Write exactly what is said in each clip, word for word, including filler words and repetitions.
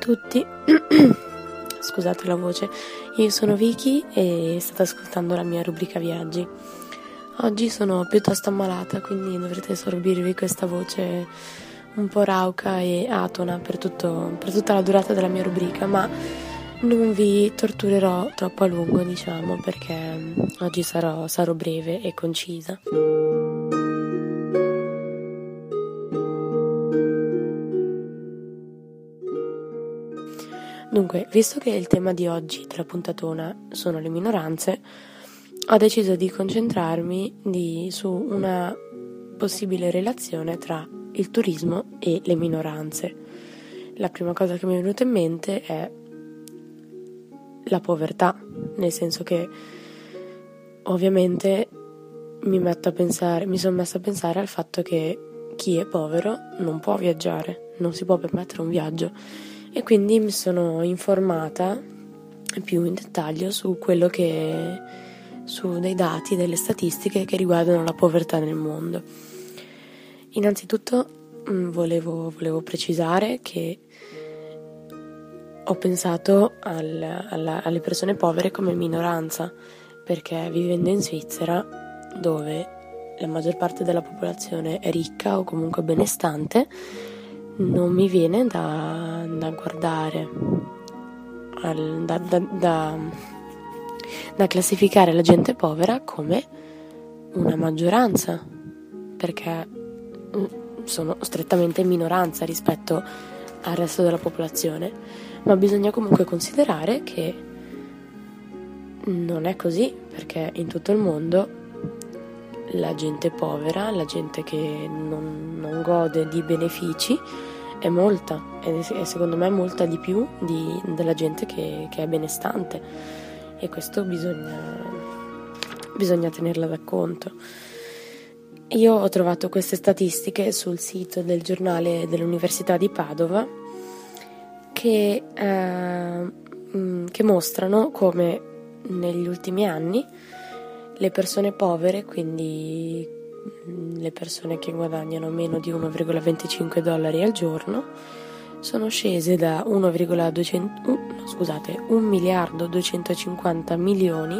tutti, scusate la voce, io sono Vicky e state ascoltando la mia rubrica viaggi. Oggi sono piuttosto ammalata, quindi dovrete sorbirvi questa voce un po' rauca e atona per, tutto, per tutta la durata della mia rubrica, ma non vi torturerò troppo a lungo, diciamo, perché oggi sarò, sarò breve e concisa. Dunque, visto che il tema di oggi della puntatona sono le minoranze, ho deciso di concentrarmi di, su una possibile relazione tra il turismo e le minoranze. La prima cosa che mi è venuta in mente è la povertà, nel senso che ovviamente mi metto a pensare, mi sono messa a pensare al fatto che chi è povero non può viaggiare, non si può permettere un viaggio. E quindi mi sono informata più in dettaglio su quello che su dei dati, delle statistiche che riguardano la povertà nel mondo. Innanzitutto mh, volevo, volevo precisare che ho pensato al, alla, alle persone povere come minoranza, perché vivendo in Svizzera, dove la maggior parte della popolazione è ricca o comunque benestante, non mi viene da, da guardare, al, da, da, da, da classificare la gente povera come una maggioranza, perché sono strettamente minoranza rispetto al resto della popolazione, ma bisogna comunque considerare che non è così, perché in tutto il mondo la gente povera, la gente che non, non gode di benefici è molta, e secondo me molta di più di, della gente che, che è benestante, e questo bisogna, bisogna tenerla da conto. Io ho trovato queste statistiche sul sito del giornale dell'Università di Padova che, eh, che mostrano come negli ultimi anni le persone povere, quindi le persone che guadagnano meno di uno virgola venticinque dollari al giorno, sono scese da uno virgola duecento, uh, no, scusate, un miliardo duecentocinquanta milioni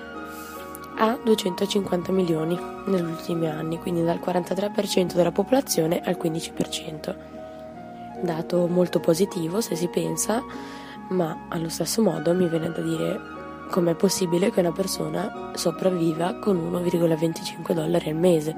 a duecentocinquanta milioni negli ultimi anni, quindi dal quarantatré per cento della popolazione al quindici per cento. Dato molto positivo se si pensa, ma allo stesso modo mi viene da dire: com'è possibile che una persona sopravviva con uno virgola venticinque dollari al mese?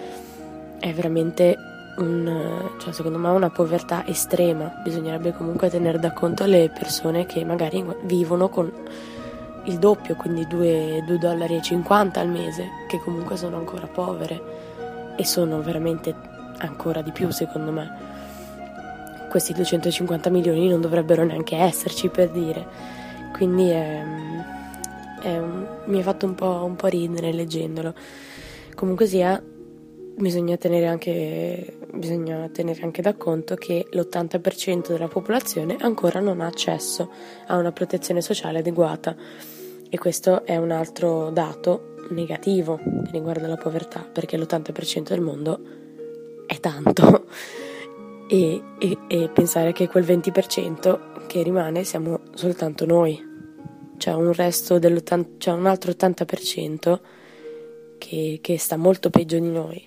È veramente un, cioè secondo me una povertà estrema. Bisognerebbe comunque tenere da conto le persone che magari vivono con il doppio, quindi due dollari e cinquanta al mese, che comunque sono ancora povere, e sono veramente ancora di più secondo me. Questi duecentocinquanta milioni non dovrebbero neanche esserci, per dire. Quindi è È un, mi ha fatto un po', un po' ridere leggendolo. Comunque sia, bisogna tenere anche bisogna tenere anche da conto che l'ottanta per cento della popolazione ancora non ha accesso a una protezione sociale adeguata, e questo è un altro dato negativo che riguarda la povertà, perché l'ottanta per cento del mondo è tanto e, e, e pensare che quel venti per cento che rimane siamo soltanto noi. C'è un resto dell'ottanta, c'è un altro ottanta per cento che, che sta molto peggio di noi.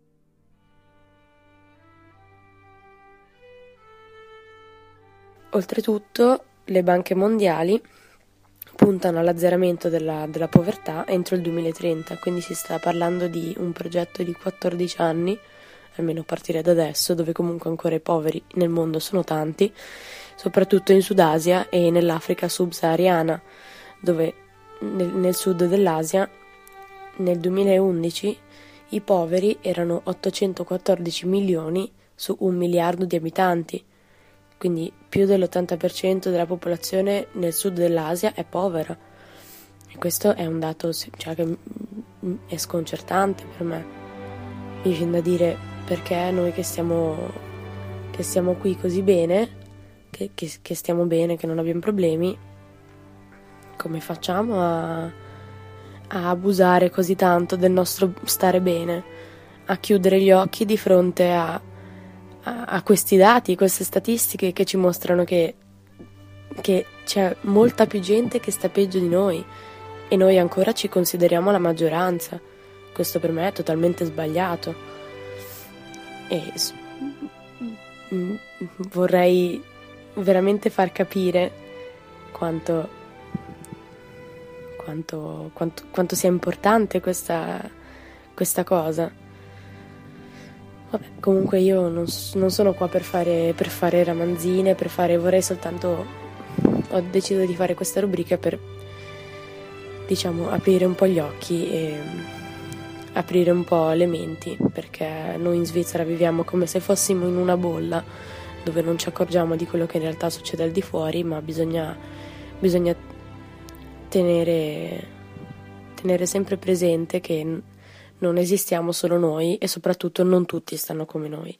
Oltretutto, le banche mondiali puntano all'azzeramento della, della povertà entro il duemilatrenta, quindi si sta parlando di un progetto di quattordici anni, almeno a partire da adesso, dove comunque ancora i poveri nel mondo sono tanti, soprattutto in Sud Asia e nell'Africa subsahariana, dove nel, nel sud dell'Asia nel duemilaundici i poveri erano ottocentoquattordici milioni su un miliardo di abitanti, quindi più dell'ottanta per cento della popolazione nel sud dell'Asia è povera, e questo è un dato, cioè, che è sconcertante per me. Mi viene da dire: perché noi che stiamo che stiamo qui così bene, che, che, che stiamo bene, che non abbiamo problemi, come facciamo a, a abusare così tanto del nostro stare bene, a chiudere gli occhi di fronte a, a, a questi dati, queste statistiche che ci mostrano che che c'è molta più gente che sta peggio di noi e noi ancora ci consideriamo la maggioranza. Questo per me è totalmente sbagliato e vorrei veramente far capire quanto, quanto, quanto, quanto sia importante questa, questa cosa. Vabbè, comunque io non, non sono qua per fare, per fare ramanzine, per fare, vorrei soltanto, ho deciso di fare questa rubrica per, diciamo, aprire un po' gli occhi e aprire un po' le menti, perché noi in Svizzera viviamo come se fossimo in una bolla dove non ci accorgiamo di quello che in realtà succede al di fuori, ma bisogna, bisogna tenere, tenere sempre presente che non esistiamo solo noi e soprattutto non tutti stanno come noi.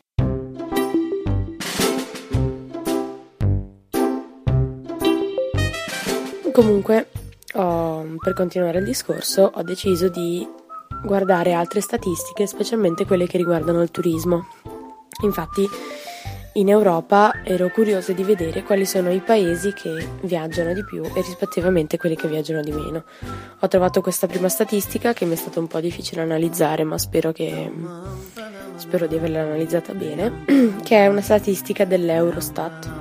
Comunque, ho, per continuare il discorso, ho deciso di guardare altre statistiche, specialmente quelle che riguardano il turismo. Infatti, in Europa ero curiosa di vedere quali sono i paesi che viaggiano di più e rispettivamente quelli che viaggiano di meno. Ho trovato questa prima statistica che mi è stato un po' difficile analizzare, ma spero che spero di averla analizzata bene, che è una statistica dell'Eurostat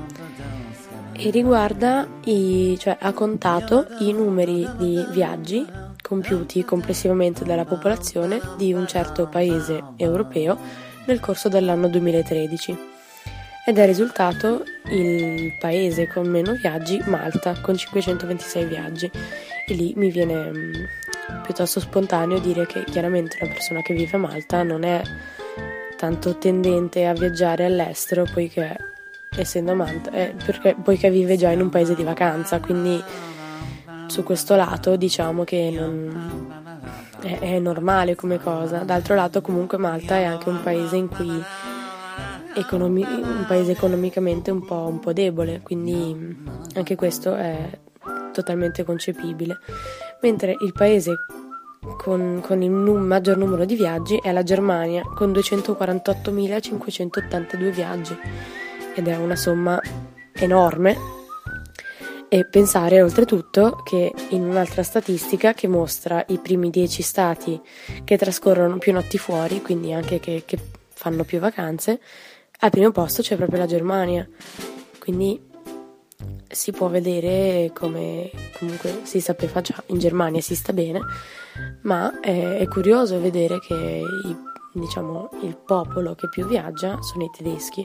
e riguarda i, cioè ha contato i numeri di viaggi compiuti complessivamente dalla popolazione di un certo paese europeo nel corso dell'anno duemilatredici. Ed è risultato il paese con meno viaggi, Malta, con cinquecentoventisei viaggi. E lì mi viene mh, piuttosto spontaneo dire che chiaramente una persona che vive a Malta non è tanto tendente a viaggiare all'estero, poiché essendo a Malta, eh, perché, poiché vive già in un paese di vacanza, quindi su questo lato diciamo che non, è, è normale come cosa. D'altro lato comunque Malta è anche un paese in cui Economi- un paese economicamente un po', un po' debole, quindi anche questo è totalmente concepibile. Mentre il paese con, con il num- maggior numero di viaggi è la Germania, con duecentoquarantottomilacinquecentottantadue viaggi, ed è una somma enorme. E pensare oltretutto che in un'altra statistica che mostra i primi dieci stati che trascorrono più notti fuori, quindi anche che, che fanno più vacanze, al primo posto c'è proprio la Germania, quindi si può vedere come comunque si sapeva già, in Germania si sta bene, ma è, è curioso vedere che i, diciamo, il popolo che più viaggia sono i tedeschi,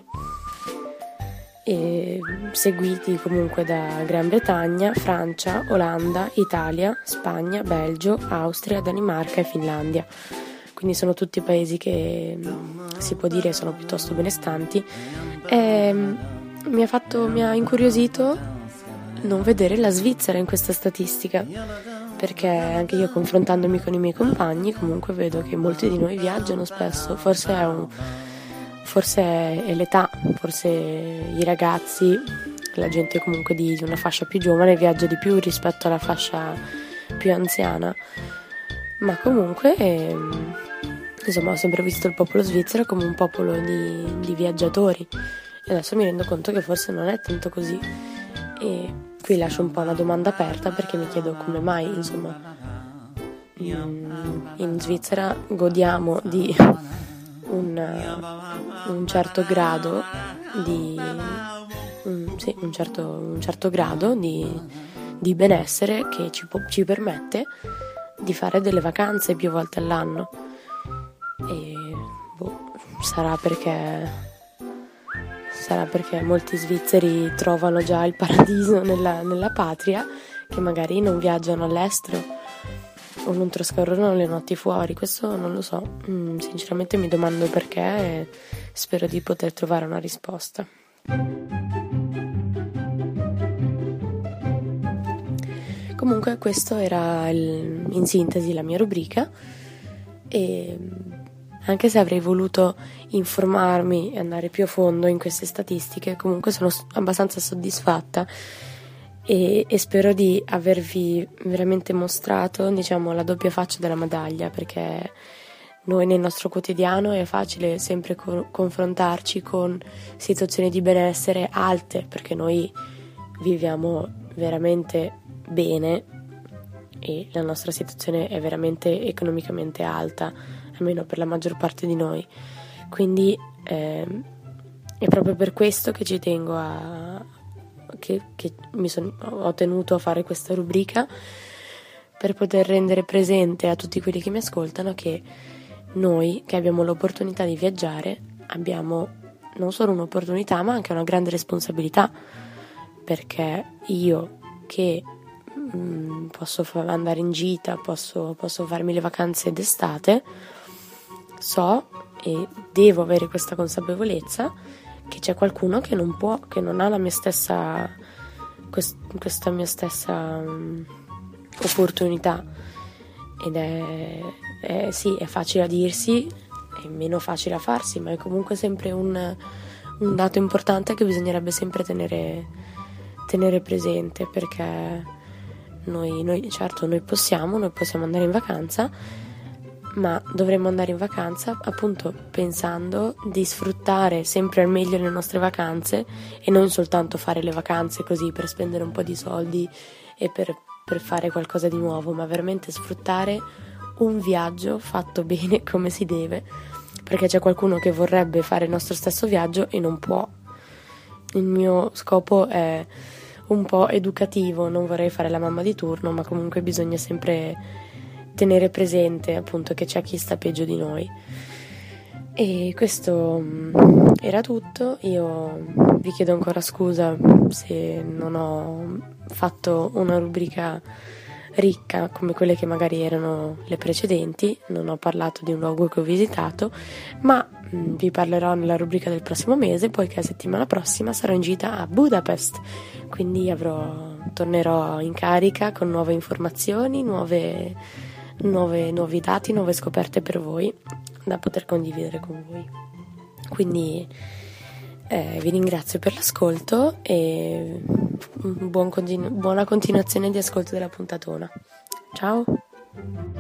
e seguiti comunque da Gran Bretagna, Francia, Olanda, Italia, Spagna, Belgio, Austria, Danimarca e Finlandia. Quindi sono tutti paesi che si può dire sono piuttosto benestanti, e mi ha fatto, mi ha incuriosito non vedere la Svizzera in questa statistica, perché anche io, confrontandomi con i miei compagni, comunque vedo che molti di noi viaggiano spesso. Forse è un, forse è l'età, forse i ragazzi, la gente comunque di, di una fascia più giovane viaggia di più rispetto alla fascia più anziana, ma comunque ehm, insomma ho sempre visto il popolo svizzero come un popolo di, di viaggiatori, e adesso mi rendo conto che forse non è tanto così. E qui lascio un po' una domanda aperta, perché mi chiedo come mai, insomma, in, in Svizzera godiamo di un, un certo grado di un, sì, un certo, un certo grado di, di benessere che ci, ci permette di fare delle vacanze più volte all'anno. E boh, sarà perché sarà perché molti svizzeri trovano già il paradiso nella, nella patria, che magari non viaggiano all'estero o non trascorrono le notti fuori. Questo non lo so, mm, sinceramente mi domando perché e spero di poter trovare una risposta. Comunque questo era il, in sintesi la mia rubrica, e anche se avrei voluto informarmi e andare più a fondo in queste statistiche, comunque sono abbastanza soddisfatta e, e spero di avervi veramente mostrato, diciamo, la doppia faccia della medaglia, perché noi nel nostro quotidiano è facile sempre co- confrontarci con situazioni di benessere alte, perché noi viviamo veramente bene e la nostra situazione è veramente economicamente alta, almeno per la maggior parte di noi. Quindi ehm, è proprio per questo che ci tengo a che, che mi son, ho tenuto a fare questa rubrica, per poter rendere presente a tutti quelli che mi ascoltano che noi che abbiamo l'opportunità di viaggiare abbiamo non solo un'opportunità ma anche una grande responsabilità, perché io che mh, posso fa- andare in gita, posso, posso farmi le vacanze d'estate, so e devo avere questa consapevolezza che c'è qualcuno che non può, che non ha la mia stessa quest- questa mia stessa um, opportunità, ed è, è sì, è facile a dirsi, è meno facile a farsi, ma è comunque sempre un, un dato importante che bisognerebbe sempre tenere, tenere presente, perché noi, noi certo noi possiamo, noi possiamo andare in vacanza, ma dovremmo andare in vacanza appunto pensando di sfruttare sempre al meglio le nostre vacanze e non soltanto fare le vacanze così per spendere un po' di soldi e per, per fare qualcosa di nuovo, ma veramente sfruttare un viaggio fatto bene come si deve, perché c'è qualcuno che vorrebbe fare il nostro stesso viaggio e non può. Il mio scopo è un po' educativo, non vorrei fare la mamma di turno, ma comunque bisogna sempre tenere presente appunto che c'è chi sta peggio di noi. E questo mh, era tutto. Io vi chiedo ancora scusa se non ho fatto una rubrica ricca come quelle che magari erano le precedenti, non ho parlato di un luogo che ho visitato, ma mh, vi parlerò nella rubrica del prossimo mese, poiché la settimana prossima sarò in gita a Budapest, quindi avrò, tornerò in carica con nuove informazioni, nuove, nuove, nuovi dati, nuove scoperte per voi da poter condividere con voi. Quindi eh, vi ringrazio per l'ascolto e buon continu- buona continuazione di ascolto della puntatona. Ciao!